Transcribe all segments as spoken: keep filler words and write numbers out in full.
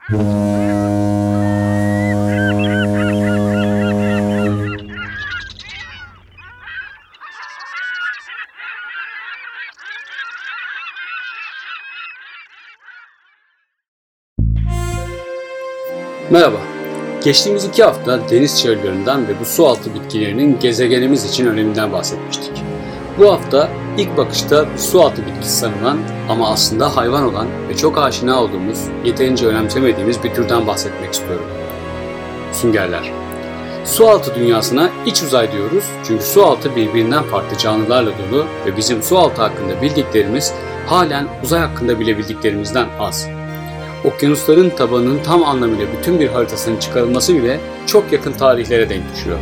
Merhaba. Geçtiğimiz iki hafta deniz çayırlarından ve bu sualtı bitkilerinin gezegenimiz için öneminden bahsetmiştik. Bu hafta ilk bakışta bir sualtı bitkisi sanılan ama aslında hayvan olan ve çok aşina olduğumuz, yeterince önemsemediğimiz bir türden bahsetmek istiyorum. Süngerler. Sualtı dünyasına iç uzay diyoruz çünkü sualtı birbirinden farklı canlılarla dolu ve bizim sualtı hakkında bildiklerimiz halen uzay hakkında bile bildiklerimizden az. Okyanusların tabanının tam anlamıyla bütün bir haritasının çıkarılması bile çok yakın tarihlere denk düşüyor.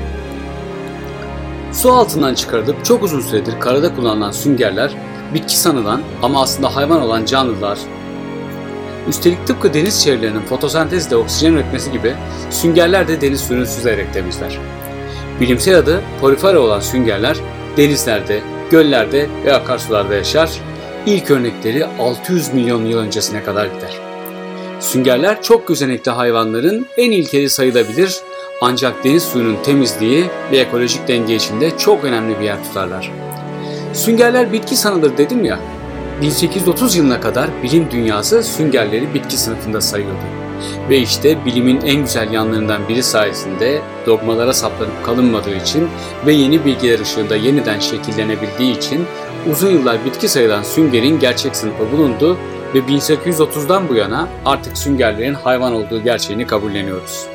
Su altından çıkarılıp çok uzun süredir karada kullanılan süngerler, bitki sanılan ama aslında hayvan olan canlılar. Üstelik tıpkı deniz çayırlarının fotosentezle oksijen üretmesi gibi süngerler de deniz suyunu süzerek temizler. Bilimsel adı porifera olan süngerler denizlerde, göllerde ve akarsularda yaşar. İlk örnekleri altı yüz milyon yıl öncesine kadar gider. Süngerler çok gözenekli hayvanların en ilkeli sayılabilir ancak deniz suyunun temizliği ve ekolojik denge içinde çok önemli bir yer tutarlar. Süngerler bitki sanılır dedim ya, bin sekiz yüz otuz yılına kadar bilim dünyası süngerleri bitki sınıfında sayıyordu. Ve işte bilimin en güzel yanlarından biri sayesinde dogmalara saplanıp kalınmadığı için ve yeni bilgiler ışığında yeniden şekillenebildiği için uzun yıllar bitki sayılan süngerin gerçek sınıfı bulundu ve bin sekiz yüz otuzdan bu yana artık süngerlerin hayvan olduğu gerçeğini kabulleniyoruz.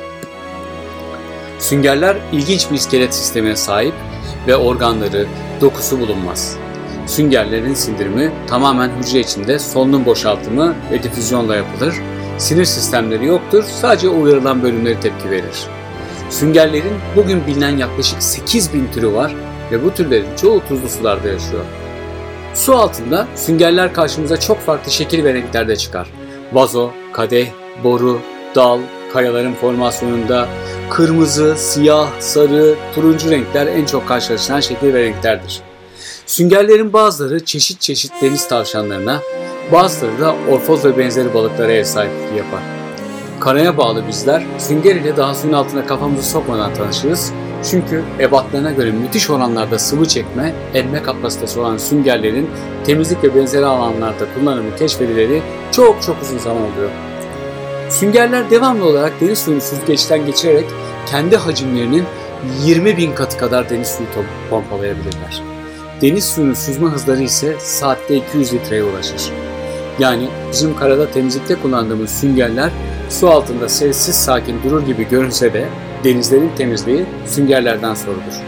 Süngerler ilginç bir iskelet sistemine sahip ve organları, dokusu bulunmaz. Süngerlerin sindirimi tamamen hücre içinde solunum boşaltımı ve difüzyonla yapılır. Sinir sistemleri yoktur, sadece uyarılan bölümleri tepki verir. Süngerlerin bugün bilinen yaklaşık sekiz bin türü var ve bu türlerin çoğu tuzlu sularda yaşıyor. Su altında süngerler karşımıza çok farklı şekil ve renklerde çıkar. Vazo, kadeh, boru, dal, kayaların formasyonunda kırmızı, siyah, sarı, turuncu renkler en çok karşılaşılan şekil ve renklerdir. Süngerlerin bazıları çeşit çeşit deniz tavşanlarına, bazıları da orfoz ve benzeri balıklara ev sahipliği yapar. Karaya bağlı bizler sünger ile daha suyun altına kafamızı sokmadan tanışırız. Çünkü ebatlarına göre müthiş oranlarda sıvı çekme, emme kapasitesi olan süngerlerin temizlik ve benzeri alanlarda kullanımı keşfedileri çok çok uzun zaman oluyor. Süngerler devamlı olarak deniz suyunu süzgeçten geçirerek kendi hacimlerinin yirmi bin katı kadar deniz suyu pompalayabilirler. Deniz suyunun süzme hızları ise saatte iki yüz litreye ulaşır. Yani bizim karada temizlikte kullandığımız süngerler su altında sessiz sakin durur gibi görünse de denizlerin temizliği süngerlerden sorulur.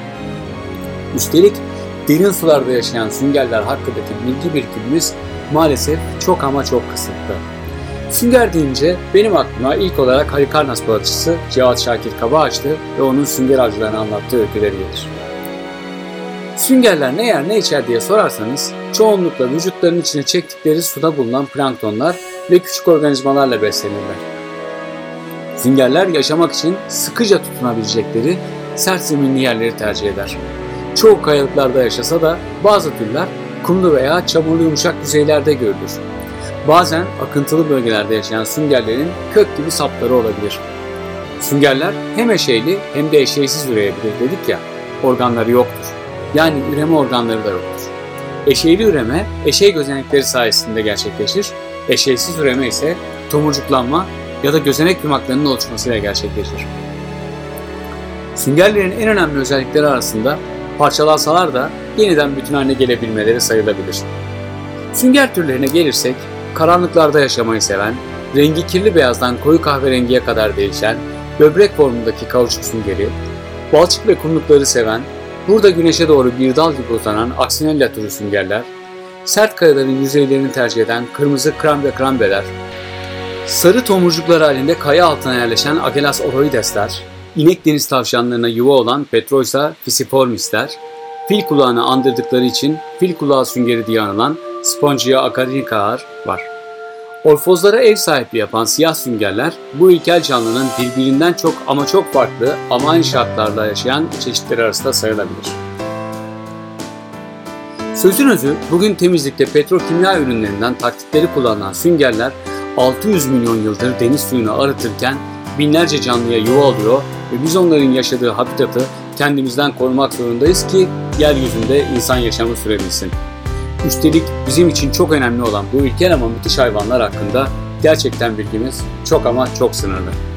Üstelik derin sularda yaşayan süngerler hakkındaki bilgi birikimimiz maalesef çok ama çok kısıtlı. Sünger deyince benim aklıma ilk olarak Halikarnas balıkçısı Cevat Şakir Kabaağaçlı ve onun sünger avcılarını anlattığı öyküleri gelir. Süngerler ne yer ne içer diye sorarsanız çoğunlukla vücutlarının içine çektikleri suda bulunan planktonlar ve küçük organizmalarla beslenirler. Süngerler yaşamak için sıkıca tutunabilecekleri sert zeminli yerleri tercih eder. Çoğu kayalıklarda yaşasa da bazı türler kumlu veya çamurlu yumuşak yüzeylerde görülür. Bazen akıntılı bölgelerde yaşayan süngerlerin kök gibi sapları olabilir. Süngerler hem eşeyli hem de eşeysiz üreyebilir dedik ya, organları yoktur. Yani üreme organları da yoktur. Eşeyli üreme, eşey gözenekleri sayesinde gerçekleşir. Eşeysiz üreme ise tomurcuklanma ya da gözenek yumaklarının oluşmasıyla gerçekleşir. Süngerlerin en önemli özellikleri arasında parçalansalar da yeniden bütün haline gelebilmeleri sayılabilir. Sünger türlerine gelirsek, karanlıklarda yaşamayı seven, rengi kirli beyazdan koyu kahverengiye kadar değişen, böbrek formundaki kauçuk süngeri, balçık ve kumlukları seven, burada güneşe doğru bir dal gibi uzanan Accinella türü süngerler, sert kayaların yüzeylerini tercih eden kırmızı krem ve krambeler, sarı tomurcuklar halinde kaya altına yerleşen Agelas oroidesler, inek deniz tavşanlarına yuva olan Petroisa fisiformisler, fil kulağını andırdıkları için fil kulağı süngeri diye anılan Spongia acaricaalar var. Orfozlara ev sahipliği yapan siyah süngerler bu ilkel canlının birbirinden çok ama çok farklı ama aynı şartlarda yaşayan çeşitleri arasında sayılabilir. Sözün özü, bugün temizlikte petrokimya ürünlerinden taktikleri kullanılan süngerler altı yüz milyon yıldır deniz suyunu arıtırken binlerce canlıya yuva alıyor ve biz onların yaşadığı habitatı kendimizden korumak zorundayız ki yeryüzünde insan yaşamı sürebilsin. Üstelik bizim için çok önemli olan bu ilkel ama müthiş hayvanlar hakkında gerçekten bilgimiz çok ama çok sınırlı.